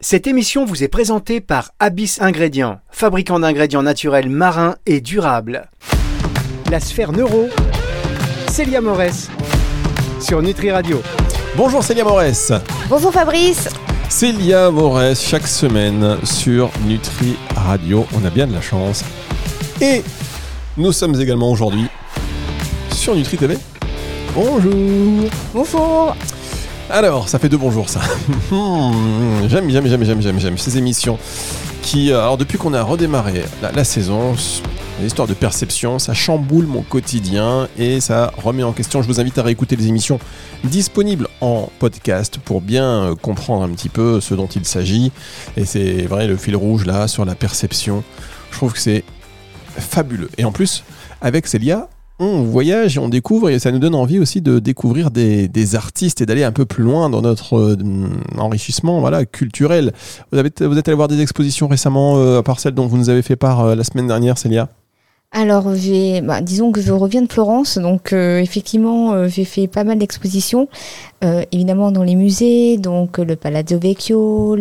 Cette émission vous est présentée par Abyss Ingrédients, fabricant d'ingrédients naturels marins et durables. La sphère neuro, Célia Morès, sur Nutri Radio. Bonjour Célia Morès. Bonjour Fabrice. Célia Morès, chaque semaine sur Nutri Radio. On a bien de la chance. Et nous sommes également aujourd'hui sur Nutri TV. Bonjour. Bonjour. Alors, ça fait 2 bonjours ça. J'aime ces émissions qui, alors depuis qu'on a redémarré la saison, l'histoire de perception, ça chamboule mon quotidien et ça remet en question. Je vous invite à réécouter les émissions disponibles en podcast pour bien comprendre un petit peu ce dont il s'agit. Et c'est vrai, le fil rouge là sur la perception, je trouve que c'est fabuleux. Et en plus, avec Célia, on voyage et on découvre, et ça nous donne envie aussi de découvrir des artistes et d'aller un peu plus loin dans notre enrichissement culturel. Vous êtes allé voir des expositions récemment, à part celle dont vous nous avez fait part la semaine dernière, Célia ? Alors, disons que je reviens de Florence, donc effectivement, j'ai fait pas mal d'expositions, évidemment dans les musées, donc le Palazzo Vecchio,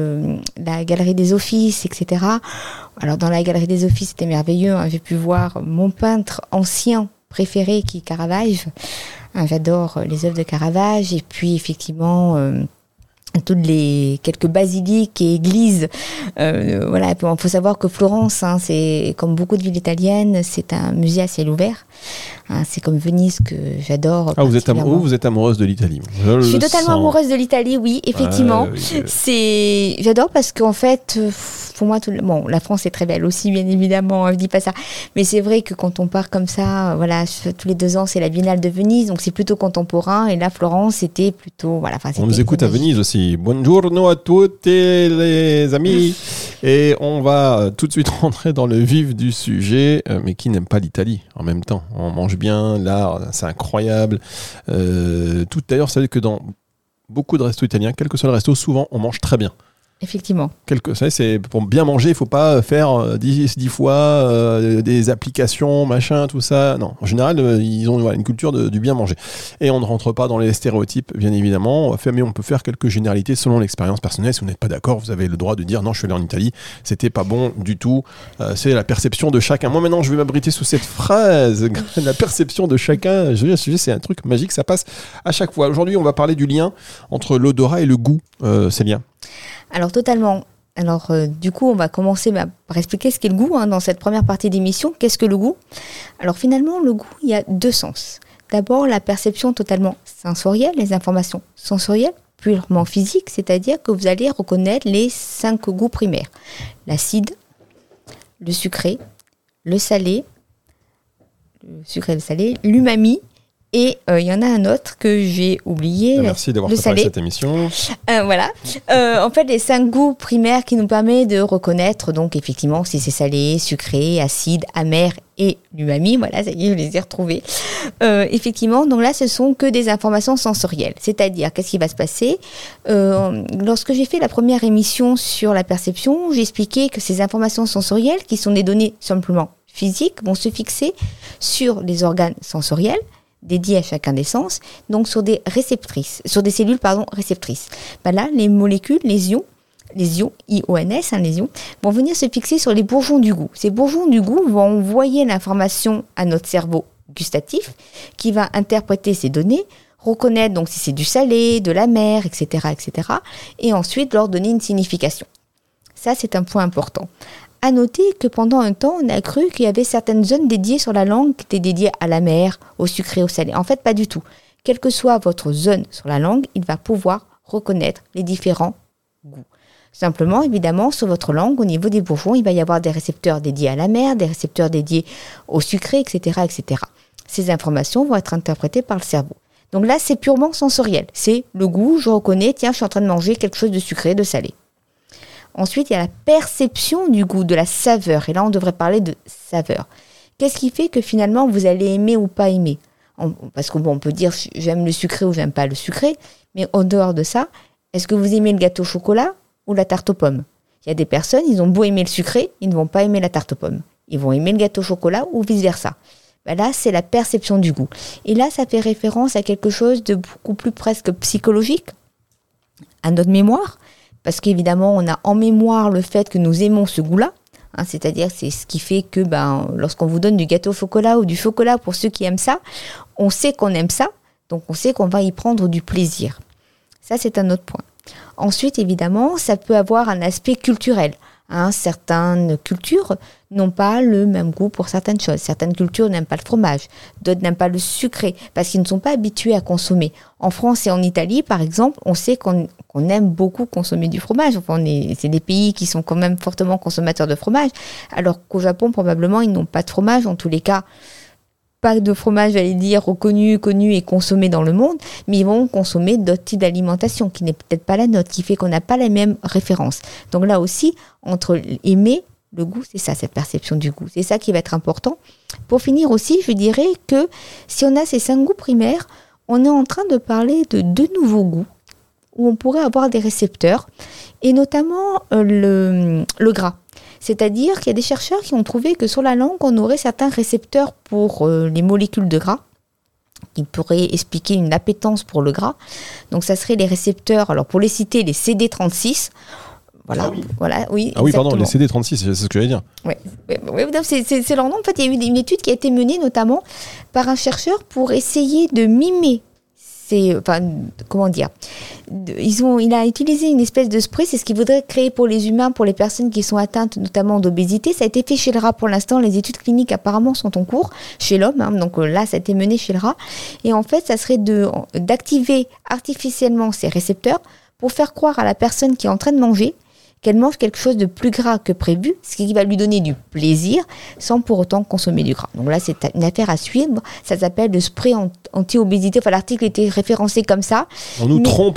la Galerie des Offices, etc. Alors, dans la Galerie des Offices, c'était merveilleux, j'ai pu voir mon peintre ancien préféré qui est Caravage. J'adore les œuvres de Caravage, et puis effectivement toutes les quelques basiliques et églises. Il faut savoir que Florence, c'est comme beaucoup de villes italiennes, c'est un musée à ciel ouvert. C'est comme Venise que j'adore. Ah, vous êtes amoureuse de l'Italie. Je suis totalement amoureuse de l'Italie, oui, effectivement. J'adore parce qu'en fait, pour moi, la France est très belle aussi, bien évidemment, je dis pas ça. Mais c'est vrai que quand on part comme ça, tous les 2 ans, c'est la Biennale de Venise, donc c'est plutôt contemporain. Et là, Florence, c'était plutôt, on nous écoute à Venise aussi. Buongiorno a tutti les amis. Et on va tout de suite rentrer dans le vif du sujet, mais qui n'aime pas l'Italie en même temps. On mange bien, là, c'est incroyable. D'ailleurs, vous savez que dans beaucoup de restos italiens, quel que soit le resto, souvent, on mange très bien. Effectivement. C'est pour bien manger, il ne faut pas faire 10 fois des applications, machin, tout ça. Non, en général, ils ont une culture du bien manger. Et on ne rentre pas dans les stéréotypes, bien évidemment. Mais on peut faire quelques généralités selon l'expérience personnelle. Si vous n'êtes pas d'accord, vous avez le droit de dire non, je suis allé en Italie, c'était pas bon du tout. C'est la perception de chacun. Moi, maintenant, je vais m'abriter sous cette phrase. La perception de chacun, je veux dire, c'est un truc magique, ça passe à chaque fois. Aujourd'hui, on va parler du lien entre l'odorat et le goût, Célia. Alors totalement. Alors du coup, on va commencer par expliquer ce qu'est le goût dans cette première partie d'émission. Qu'est-ce que le goût ? Alors finalement, le goût, il y a 2 sens. D'abord, la perception totalement sensorielle, les informations sensorielles, purement physiques, c'est-à-dire que vous allez reconnaître les 5 goûts primaires. L'acide, le sucré, le salé, l'umami. Et il y en a un autre que j'ai oublié. Merci d'avoir préparé cette émission. En fait, les 5 goûts primaires qui nous permettent de reconnaître, donc effectivement, si c'est salé, sucré, acide, amer et l'umami. Voilà, ça y est, je les ai retrouvés. Effectivement, donc là, ce sont que des informations sensorielles. C'est-à-dire, qu'est-ce qui va se passer ? Lorsque j'ai fait la première émission sur la perception, j'ai expliqué que ces informations sensorielles, qui sont des données simplement physiques, vont se fixer sur les organes sensoriels, dédiés à chacun des sens, donc sur des cellules réceptrices. Là, les molécules, les ions, ions, les ions, vont venir se fixer sur les bourgeons du goût. Ces bourgeons du goût vont envoyer l'information à notre cerveau gustatif, qui va interpréter ces données, reconnaître donc si c'est du salé, de l'amer, etc., et ensuite leur donner une signification. Ça, c'est un point important. À noter que pendant un temps, on a cru qu'il y avait certaines zones dédiées sur la langue qui étaient dédiées à l'amer, au sucré, au salé. En fait, pas du tout. Quelle que soit votre zone sur la langue, il va pouvoir reconnaître les différents goûts. Simplement, évidemment, sur votre langue, au niveau des bourgeons, il va y avoir des récepteurs dédiés à l'amer, des récepteurs dédiés au sucré, etc., etc. Ces informations vont être interprétées par le cerveau. Donc là, c'est purement sensoriel. C'est le goût, je reconnais, tiens, je suis en train de manger quelque chose de sucré, de salé. Ensuite, il y a la perception du goût, de la saveur. Et là, on devrait parler de saveur. Qu'est-ce qui fait que finalement, vous allez aimer ou pas aimer ? Parce qu'on peut dire j'aime le sucré ou j'aime pas le sucré. Mais en dehors de ça, est-ce que vous aimez le gâteau au chocolat ou la tarte aux pommes ? Il y a des personnes, ils ont beau aimer le sucré, ils ne vont pas aimer la tarte aux pommes. Ils vont aimer le gâteau au chocolat ou vice-versa. Là, c'est la perception du goût. Et là, ça fait référence à quelque chose de beaucoup plus presque psychologique, à notre mémoire. parce qu'évidemment, on a en mémoire le fait que nous aimons ce goût-là. C'est-à-dire, c'est ce qui fait que lorsqu'on vous donne du gâteau au chocolat ou du chocolat pour ceux qui aiment ça, on sait qu'on aime ça, donc on sait qu'on va y prendre du plaisir. Ça, c'est un autre point. Ensuite, évidemment, ça peut avoir un aspect culturel. Certaines cultures n'ont pas le même goût pour certaines choses. Certaines cultures n'aiment pas le fromage, d'autres n'aiment pas le sucré, parce qu'ils ne sont pas habitués à consommer. En France et en Italie, par exemple, on sait qu'on aime beaucoup consommer du fromage. Enfin, c'est des pays qui sont quand même fortement consommateurs de fromage, alors qu'au Japon, probablement, ils n'ont pas de fromage, en tous les cas, pas de fromage, j'allais dire, reconnu, connu et consommé dans le monde, mais ils vont consommer d'autres types d'alimentation qui n'est peut-être pas la nôtre, qui fait qu'on n'a pas les mêmes références. Donc là aussi, entre aimer, le goût, c'est ça, cette perception du goût. C'est ça qui va être important. Pour finir aussi, je dirais que si on a ces 5 goûts primaires, on est en train de parler de 2 nouveaux goûts où on pourrait avoir des récepteurs, et notamment le gras. C'est-à-dire qu'il y a des chercheurs qui ont trouvé que sur la langue, on aurait certains récepteurs pour les molécules de gras, qui pourraient expliquer une appétence pour le gras. Donc ça serait les récepteurs, alors pour les citer, les CD36. Voilà, oui. Ah oui, pardon, les CD36, c'est ce que j'allais dire. Oui, c'est leur nom. En fait, il y a eu une étude qui a été menée notamment par un chercheur pour essayer de mimer. Il a utilisé une espèce de spray, c'est ce qu'il voudrait créer pour les humains, pour les personnes qui sont atteintes notamment d'obésité. Ça a été fait chez le rat pour l'instant, les études cliniques apparemment sont en cours chez l'homme, donc là ça a été mené chez le rat. Et en fait, ça serait d'activer artificiellement ces récepteurs pour faire croire à la personne qui est en train de manger qu'elle mange quelque chose de plus gras que prévu, ce qui va lui donner du plaisir sans pour autant consommer du gras. Donc là, c'est une affaire à suivre. Ça s'appelle le spray anti-obésité. Enfin, l'article était référencé comme ça. On nous trompe.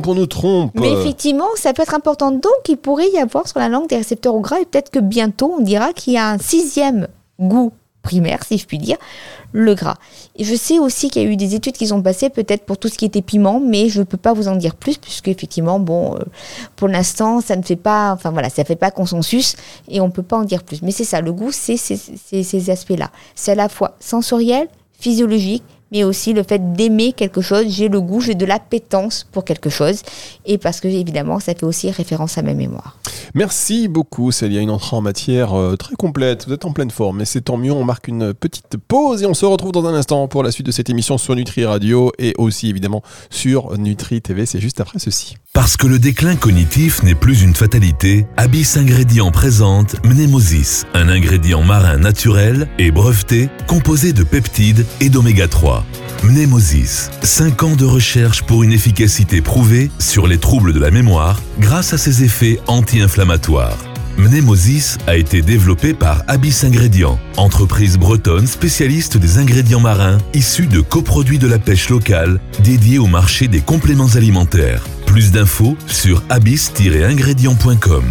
Mais effectivement, ça peut être important. Donc, il pourrait y avoir sur la langue des récepteurs au gras, et peut-être que bientôt, on dira qu'il y a un 6e goût primaire, si je puis dire, le gras. Et je sais aussi qu'il y a eu des études qui sont passées peut-être pour tout ce qui était piment, mais je ne peux pas vous en dire plus, puisque effectivement, pour l'instant, ça ne fait pas, ça fait pas consensus et on ne peut pas en dire plus. Mais c'est ça, le goût, c'est ces aspects-là. C'est à la fois sensoriel, physiologique, mais aussi le fait d'aimer quelque chose. J'ai le goût, j'ai de l'appétence pour quelque chose, et parce que évidemment, ça fait aussi référence à ma mémoire. Merci beaucoup, Célia. Une entrée en matière très complète. Vous êtes en pleine forme, mais c'est tant mieux. On marque une petite pause et on se retrouve dans un instant pour la suite de cette émission sur Nutri Radio et aussi évidemment sur Nutri TV. C'est juste après ceci. Parce que le déclin cognitif n'est plus une fatalité, Abyss Ingrédients présente Mnemosis, un ingrédient marin naturel et breveté composé de peptides et d'oméga 3. Mnemosis, 5 ans de recherche pour une efficacité prouvée sur les troubles de la mémoire grâce à ses effets anti-inflammatoires. Mnemosis a été développé par Abyss Ingrédients, entreprise bretonne spécialiste des ingrédients marins issus de coproduits de la pêche locale dédiés au marché des compléments alimentaires. Plus d'infos sur abyss-ingrédients.com.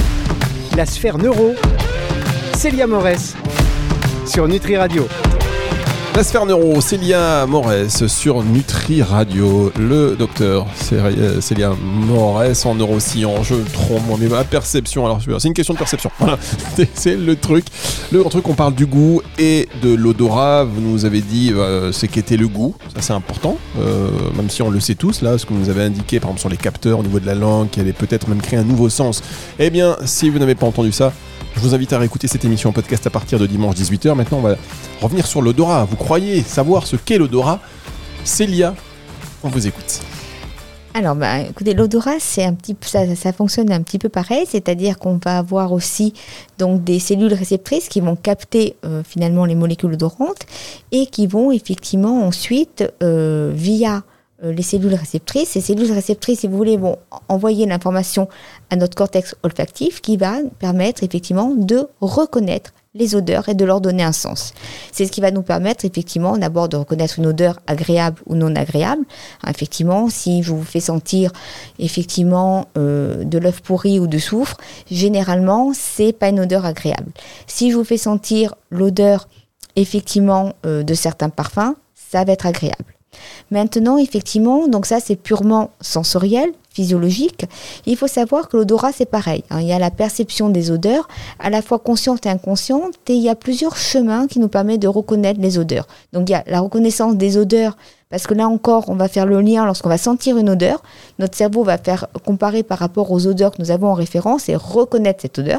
La sphère neuro, Célia Morès sur Nutri Radio. La sphère neuro, Célia Morès sur Nutri Radio. Le docteur Célia Morès en neurosciences. Je trompe, mais ma perception. Alors, c'est une question de perception. Voilà, c'est le truc. On parle du goût et de l'odorat. Vous nous avez dit ce qu'était le goût. Ça, c'est important. Même si on le sait tous, là, ce que vous nous avez indiqué, par exemple, sur les capteurs au niveau de la langue, qui allait peut-être même créer un nouveau sens. Eh bien, si vous n'avez pas entendu ça, je vous invite à réécouter cette émission en podcast à partir de dimanche 18h. Maintenant, on va revenir sur l'odorat. Vous croyez savoir ce qu'est l'odorat ? Célia, on vous écoute. Alors, écoutez, l'odorat, ça fonctionne un petit peu pareil, c'est-à-dire qu'on va avoir aussi donc des cellules réceptrices qui vont capter finalement les molécules odorantes et qui vont effectivement ensuite via les cellules réceptrices. Ces cellules réceptrices, si vous voulez, vont envoyer l'information à notre cortex olfactif qui va permettre effectivement de reconnaître les odeurs et de leur donner un sens. C'est ce qui va nous permettre effectivement d'abord de reconnaître une odeur agréable ou non agréable. Effectivement, si je vous fais sentir effectivement de l'œuf pourri ou de soufre, généralement c'est pas une odeur agréable. Si je vous fais sentir l'odeur effectivement de certains parfums, ça va être agréable. Maintenant, effectivement, donc ça c'est purement sensoriel, physiologique. Il faut savoir que l'odorat c'est pareil. Il y a la perception des odeurs, à la fois consciente et inconsciente, et il y a plusieurs chemins qui nous permettent de reconnaître les odeurs. Donc il y a la reconnaissance des odeurs, Parce que là encore, on va faire le lien lorsqu'on va sentir une odeur. Notre cerveau va faire comparer par rapport aux odeurs que nous avons en référence et reconnaître cette odeur.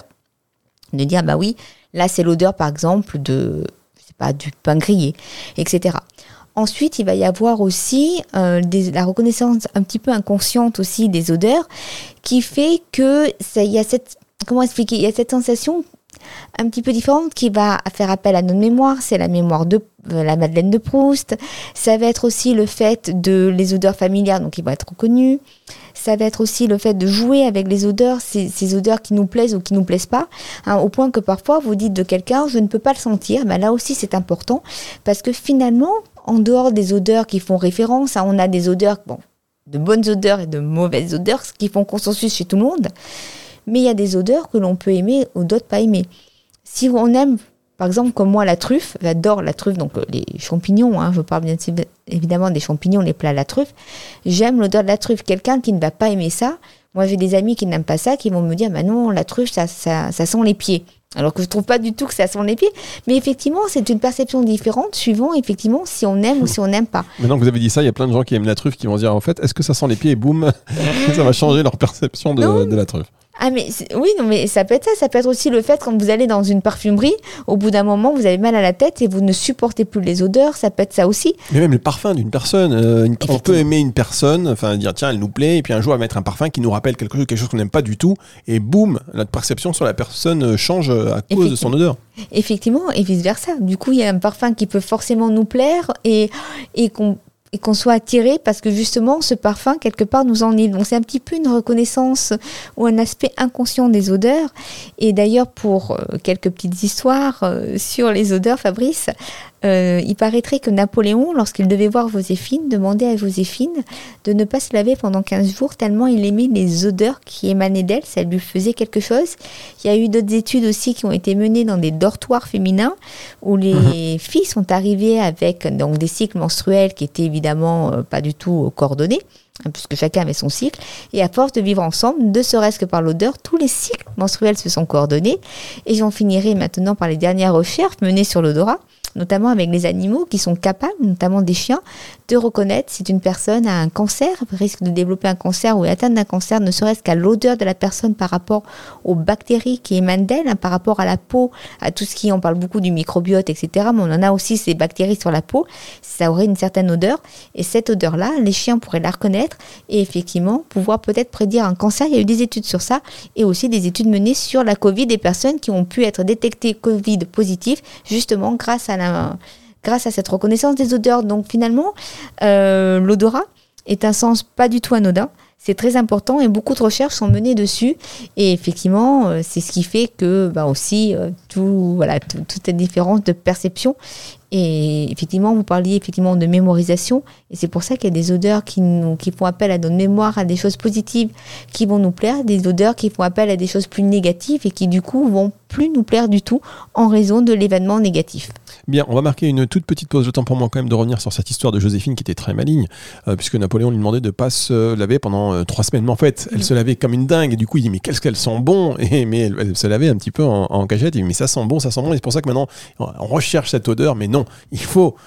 De dire, bah oui, là c'est l'odeur par exemple du pain grillé, etc. Ensuite, il va y avoir aussi la reconnaissance un petit peu inconsciente aussi des odeurs qui fait que il y a cette sensation un petit peu différente qui va faire appel à notre mémoire. C'est la mémoire de la Madeleine de Proust. Ça va être aussi le fait de les odeurs familières, donc ils vont être reconnus. Ça va être aussi le fait de jouer avec les odeurs, ces odeurs qui nous plaisent ou qui nous plaisent pas, au point que parfois vous dites de quelqu'un, je ne peux pas le sentir. Ben là aussi c'est important parce que finalement, en dehors des odeurs qui font référence, on a des odeurs, de bonnes odeurs et de mauvaises odeurs, qui font consensus chez tout le monde. Mais il y a des odeurs que l'on peut aimer ou d'autres pas aimer. Si on aime, par exemple, comme moi, la truffe, j'adore la truffe, donc les champignons, je parle bien évidemment des champignons, les plats à la truffe, j'aime l'odeur de la truffe. Quelqu'un qui ne va pas aimer ça, moi j'ai des amis qui n'aiment pas ça, qui vont me dire, non, la truffe, ça sent les pieds. Alors que je trouve pas du tout que ça sent les pieds. Mais effectivement, c'est une perception différente suivant, effectivement, si on aime ou si on n'aime pas. Maintenant que vous avez dit ça, il y a plein de gens qui aiment la truffe qui vont dire, en fait, est-ce que ça sent les pieds et boum, ça va changer leur perception de la truffe. Ah mais mais ça peut être ça. Ça peut être aussi le fait quand vous allez dans une parfumerie, au bout d'un moment vous avez mal à la tête et vous ne supportez plus les odeurs. Ça peut être ça aussi. Mais même le parfum d'une personne. On peut aimer une personne, enfin dire tiens elle nous plaît, et puis un jour elle va mettre un parfum qui nous rappelle quelque chose qu'on n'aime pas du tout, et boum, notre perception sur la personne change à cause de son odeur. Effectivement, et vice versa. Du coup il y a un parfum qui peut forcément nous plaire et qu'on soit attiré parce que justement ce parfum quelque part nous enivre. Donc c'est un petit peu une reconnaissance ou un aspect inconscient des odeurs. Et d'ailleurs pour quelques petites histoires sur les odeurs, Fabrice, il paraîtrait que Napoléon, lorsqu'il devait voir Joséphine, demandait à Joséphine de ne pas se laver pendant 15 jours tellement il aimait les odeurs qui émanaient d'elle, ça lui faisait quelque chose. Il y a eu d'autres études aussi qui ont été menées dans des dortoirs féminins où les filles sont arrivées avec donc, des cycles menstruels qui étaient évidemment pas du tout coordonnés, puisque chacun avait son cycle, et à force de vivre ensemble, ne serait-ce que par l'odeur, tous les cycles menstruels se sont coordonnés, et j'en finirai maintenant par les dernières recherches menées sur l'odorat, notamment avec les animaux qui sont capables, notamment des chiens, de reconnaître si une personne a un cancer, risque de développer un cancer ou est atteinte d'un cancer, ne serait-ce qu'à l'odeur de la personne par rapport aux bactéries qui émanent d'elle, par rapport à la peau, à tout ce qui, on parle beaucoup du microbiote, etc. Mais on en a aussi ces bactéries sur la peau, ça aurait une certaine odeur, et cette odeur-là, les chiens pourraient la reconnaître et effectivement pouvoir peut-être prédire un cancer. Il y a eu des études sur ça et aussi des études menées sur la Covid, des personnes qui ont pu être détectées Covid positif, justement grâce à cette reconnaissance des odeurs. Donc finalement, l'odorat est un sens pas du tout anodin. C'est très important et beaucoup de recherches sont menées dessus. Et effectivement, c'est ce qui fait que aussi toute cette différence de perception. Et effectivement, vous parliez effectivement de mémorisation. Et c'est pour ça qu'il y a des odeurs qui font appel à notre mémoire, à des choses positives qui vont nous plaire, des odeurs qui font appel à des choses plus négatives et qui du coup vont plus nous plaire du tout en raison de l'événement négatif. Bien, on va marquer une toute petite pause de temps pour moi quand même de revenir sur cette histoire de Joséphine qui était très maligne, puisque Napoléon lui demandait de ne pas se laver pendant 3 semaines. Mais en fait, elle se lavait comme une dingue et du coup il dit mais qu'est-ce qu'elles sont bon, mais elle se lavait un petit peu en cachette. Il dit mais ça sent bon. Et c'est pour ça que maintenant on recherche cette odeur, mais non, il faut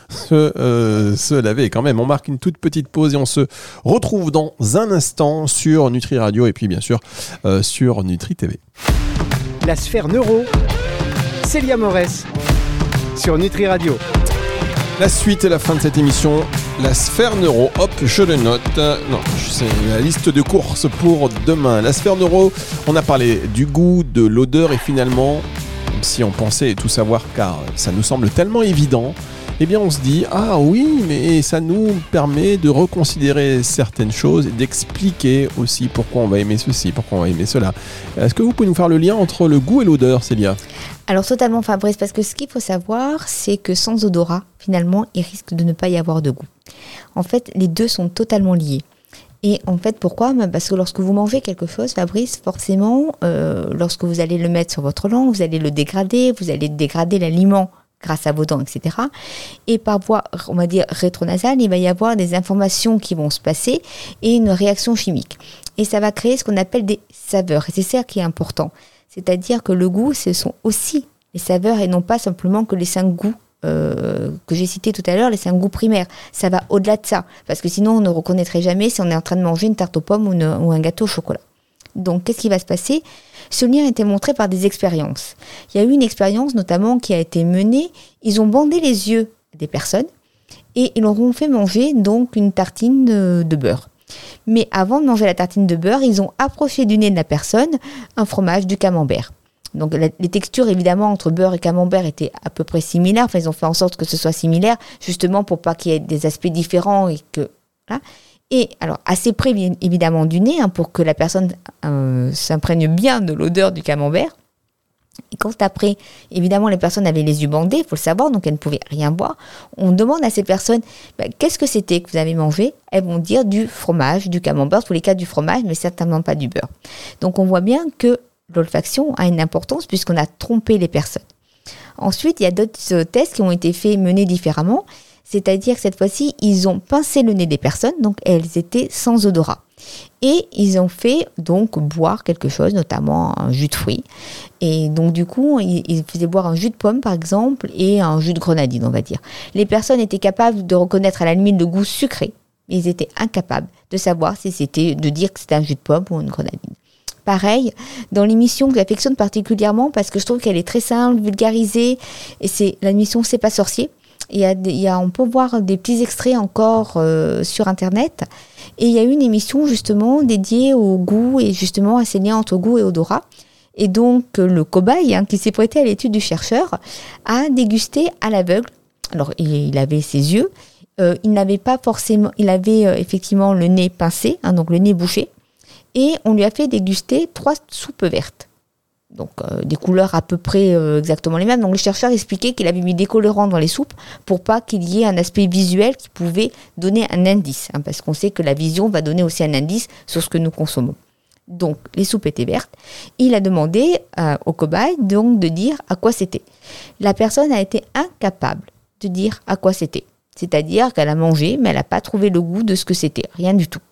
se laver quand même. On marque une toute petite pause et on se retrouve dans un instant sur Nutri Radio et puis bien sûr sur Nutri TV. La sphère neuro, Célia Morès sur Nutri Radio. La suite et la fin de cette émission, la sphère neuro, hop, je le note. Non, c'est la liste de courses pour demain. La sphère neuro, on a parlé du goût, de l'odeur et finalement, même si on pensait tout savoir car ça nous semble tellement évident, eh bien on se dit, ah oui, mais ça nous permet de reconsidérer certaines choses et d'expliquer aussi pourquoi on va aimer ceci, pourquoi on va aimer cela. Est-ce que vous pouvez nous faire le lien entre le goût et l'odeur, Célia ? Alors totalement Fabrice, parce que ce qu'il faut savoir, c'est que sans odorat, finalement, il risque de ne pas y avoir de goût. En fait, les deux sont totalement liés. Et en fait, pourquoi ? Parce que lorsque vous mangez quelque chose, Fabrice, forcément, lorsque vous allez le mettre sur votre langue, vous allez le dégrader, vous allez dégrader l'aliment grâce à vos dents, etc. Et par voie, on va dire, rétronasale, il va y avoir des informations qui vont se passer et une réaction chimique. Et ça va créer ce qu'on appelle des saveurs. Et c'est ça qui est important. C'est-à-dire que le goût, ce sont aussi les saveurs et non pas simplement que les 5 goûts que j'ai cités tout à l'heure, les 5 goûts primaires. Ça va au-delà de ça, parce que sinon on ne reconnaîtrait jamais si on est en train de manger une tarte aux pommes ou un gâteau au chocolat. Donc, qu'est-ce qui va se passer ? Ce lien a été montré par des expériences. Il y a eu une expérience notamment qui a été menée. Ils ont bandé les yeux des personnes et ils leur ont fait manger donc une tartine de beurre. Mais avant de manger la tartine de beurre, ils ont approché du nez de la personne un fromage, du camembert. Donc les textures évidemment entre beurre et camembert étaient à peu près similaires. Enfin, ils ont fait en sorte que ce soit similaire, justement pour pas qu'il y ait des aspects différents et que voilà. Et alors assez près évidemment du nez, pour que la personne s'imprègne bien de l'odeur du camembert. Et quand après, évidemment, les personnes avaient les yeux bandés, il faut le savoir, donc elles ne pouvaient rien voir. On demande à ces personnes, qu'est-ce que c'était que vous avez mangé ? Elles vont dire du fromage, du camembert, tous les cas du fromage, mais certainement pas du beurre. Donc on voit bien que l'olfaction a une importance puisqu'on a trompé les personnes. Ensuite, il y a d'autres tests qui ont été menés différemment, c'est-à-dire que cette fois-ci, ils ont pincé le nez des personnes, donc elles étaient sans odorat. Et ils ont fait donc boire quelque chose, notamment un jus de fruits. Et donc du coup, ils faisaient boire un jus de pomme par exemple et un jus de grenadine, on va dire. Les personnes étaient capables de reconnaître à la limite le goût sucré. Ils étaient incapables de savoir de dire que c'était un jus de pomme ou une grenadine. Pareil, dans l'émission que j'affectionne particulièrement parce que je trouve qu'elle est très simple, vulgarisée, et c'est l'émission C'est pas sorcier. On peut voir des petits extraits encore sur Internet. Et il y a eu une émission justement dédiée au goût et justement à ces liens entre goût et odorat. Et donc le cobaye qui s'est prêté à l'étude du chercheur a dégusté à l'aveugle. Alors il avait ses yeux, il avait effectivement le nez pincé, donc le nez bouché. Et on lui a fait déguster 3 soupes vertes. Donc des couleurs à peu près exactement les mêmes. Donc le chercheur expliquait qu'il avait mis des colorants dans les soupes pour pas qu'il y ait un aspect visuel qui pouvait donner un indice, parce qu'on sait que la vision va donner aussi un indice sur ce que nous consommons. Donc les soupes étaient vertes. Il a demandé au cobaye donc de dire à quoi c'était. La personne a été incapable de dire à quoi c'était. C'est-à-dire qu'elle a mangé, mais elle n'a pas trouvé le goût de ce que c'était. Rien du tout.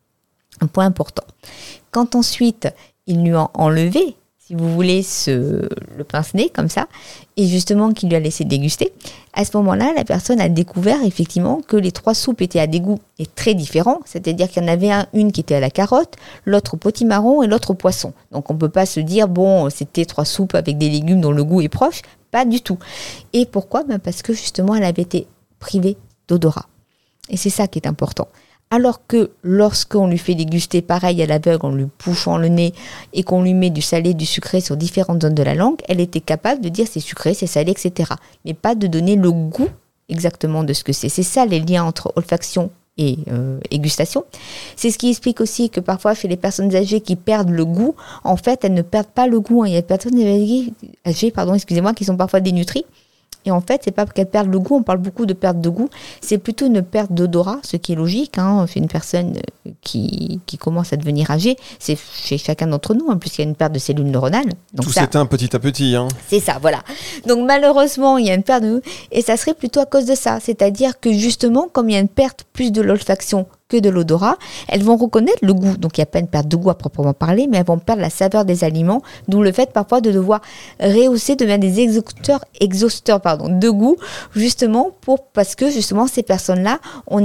Un point important. Quand ensuite ils lui ont enlevé, si vous voulez, le pince-nez comme ça, et justement qu'il lui a laissé déguster, à ce moment-là, la personne a découvert effectivement que les 3 soupes étaient à des goûts très différents, c'est-à-dire qu'il y en avait une qui était à la carotte, l'autre au potimarron et l'autre au poisson. Donc on ne peut pas se dire, c'était 3 soupes avec des légumes dont le goût est proche, pas du tout. Et pourquoi ? Parce que justement, elle avait été privée d'odorat. Et c'est ça qui est important. Alors que lorsqu'on lui fait déguster pareil à l'aveugle en lui bouchant le nez et qu'on lui met du salé, du sucré sur différentes zones de la langue, elle était capable de dire c'est sucré, c'est salé, etc. Mais pas de donner le goût exactement de ce que c'est. C'est ça les liens entre olfaction et gustation. C'est ce qui explique aussi que parfois chez les personnes âgées qui perdent le goût, en fait elles ne perdent pas le goût. Il y a des personnes âgées, qui sont parfois dénutries. Et en fait, c'est pas qu'elle perde le goût, on parle beaucoup de perte de goût, c'est plutôt une perte d'odorat, ce qui est logique, chez une personne qui commence à devenir âgée, c'est chez chacun d'entre nous, puisqu'il y a une perte de cellules neuronales. Donc tout s'éteint petit à petit. C'est ça, voilà. Donc malheureusement, il y a une perte de goût, et ça serait plutôt à cause de ça, c'est-à-dire que justement, comme il y a une perte plus de l'olfaction que de l'odorat, elles vont reconnaître le goût. Donc il n'y a pas une perte de goût à proprement parler, mais elles vont perdre la saveur des aliments, d'où le fait parfois de devoir rehausser, devenir des exhausteurs de goût, justement parce que justement ces personnes-là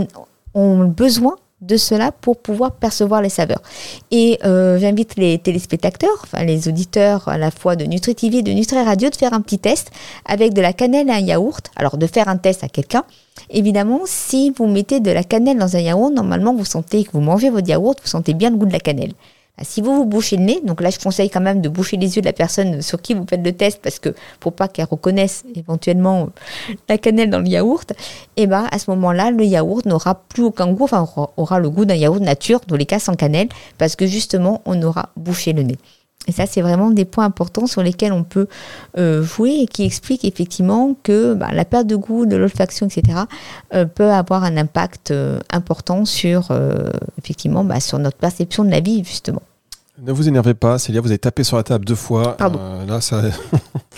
ont besoin de cela pour pouvoir percevoir les saveurs. Et j'invite les téléspectateurs, les auditeurs à la fois de Nutri TV et de Nutri Radio de faire un petit test avec de la cannelle et un yaourt. Alors de faire un test à quelqu'un. Évidemment, si vous mettez de la cannelle dans un yaourt, normalement vous sentez que vous mangez votre yaourt, vous sentez bien le goût de la cannelle. Si vous bouchez le nez, donc là je conseille quand même de boucher les yeux de la personne sur qui vous faites le test parce que pour pas qu'elle reconnaisse éventuellement la cannelle dans le yaourt, et à ce moment-là le yaourt n'aura plus aucun goût, aura le goût d'un yaourt nature, dans les cas sans cannelle, parce que justement on aura bouché le nez. Et ça, c'est vraiment des points importants sur lesquels on peut jouer et qui expliquent effectivement que la perte de goût, de l'olfaction, etc. Peut avoir un impact important sur, effectivement, sur notre perception de la vie, justement. Ne vous énervez pas, Célia, vous avez tapé sur la table 2 fois. Pardon. Là, ça...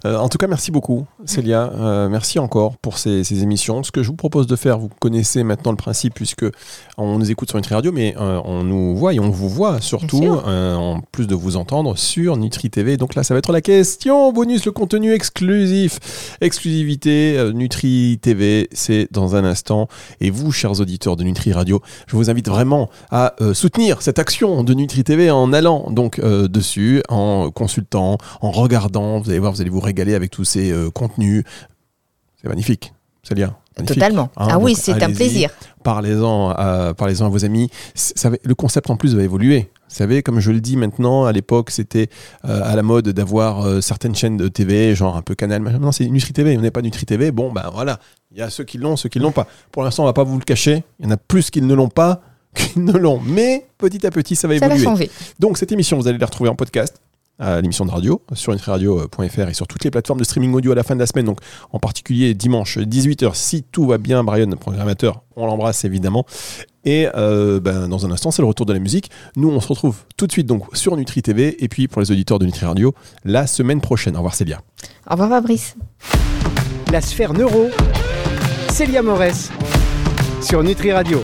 En tout cas, merci beaucoup, Célia. Merci encore pour ces émissions. Ce que je vous propose de faire, vous connaissez maintenant le principe, puisque on nous écoute sur Nutri Radio, mais on nous voit et on vous voit surtout, en plus de vous entendre, sur Nutri TV. Donc là, ça va être la question bonus, le contenu exclusif. Exclusivité, Nutri TV, c'est dans un instant. Et vous, chers auditeurs de Nutri Radio, je vous invite vraiment à soutenir cette action de Nutri TV en allant donc dessus, en consultant, en regardant. Vous allez voir, vous allez vous régaler avec tous ces contenus. C'est magnifique, Célia. Magnifique. Totalement. Oui, c'est un plaisir. Parlez-en à vos amis. Le concept en plus va évoluer. Vous savez, comme je le dis maintenant, à l'époque, c'était à la mode d'avoir certaines chaînes de TV, genre un peu Canal. Maintenant, c'est Nutri TV. On n'est pas Nutri TV. Bon, ben voilà. Il y a ceux qui l'ont, ceux qui ne l'ont pas. Pour l'instant, on ne va pas vous le cacher. Il y en a plus qui ne l'ont pas qu'ils ne l'ont. Mais petit à petit, ça va évoluer. Ça va changer. Donc, cette émission, vous allez la retrouver en podcast. À l'émission de radio sur nutriradio.fr et sur toutes les plateformes de streaming audio à la fin de la semaine, donc en particulier dimanche 18h si tout va bien. Brian, le programmateur, on l'embrasse évidemment. Et dans un instant, c'est le retour de la musique. Nous, on se retrouve tout de suite donc sur Nutri TV et puis pour les auditeurs de Nutri Radio la semaine prochaine. Au revoir Célia. Au revoir Fabrice. La sphère neuro, Célia Morès sur Nutri Radio.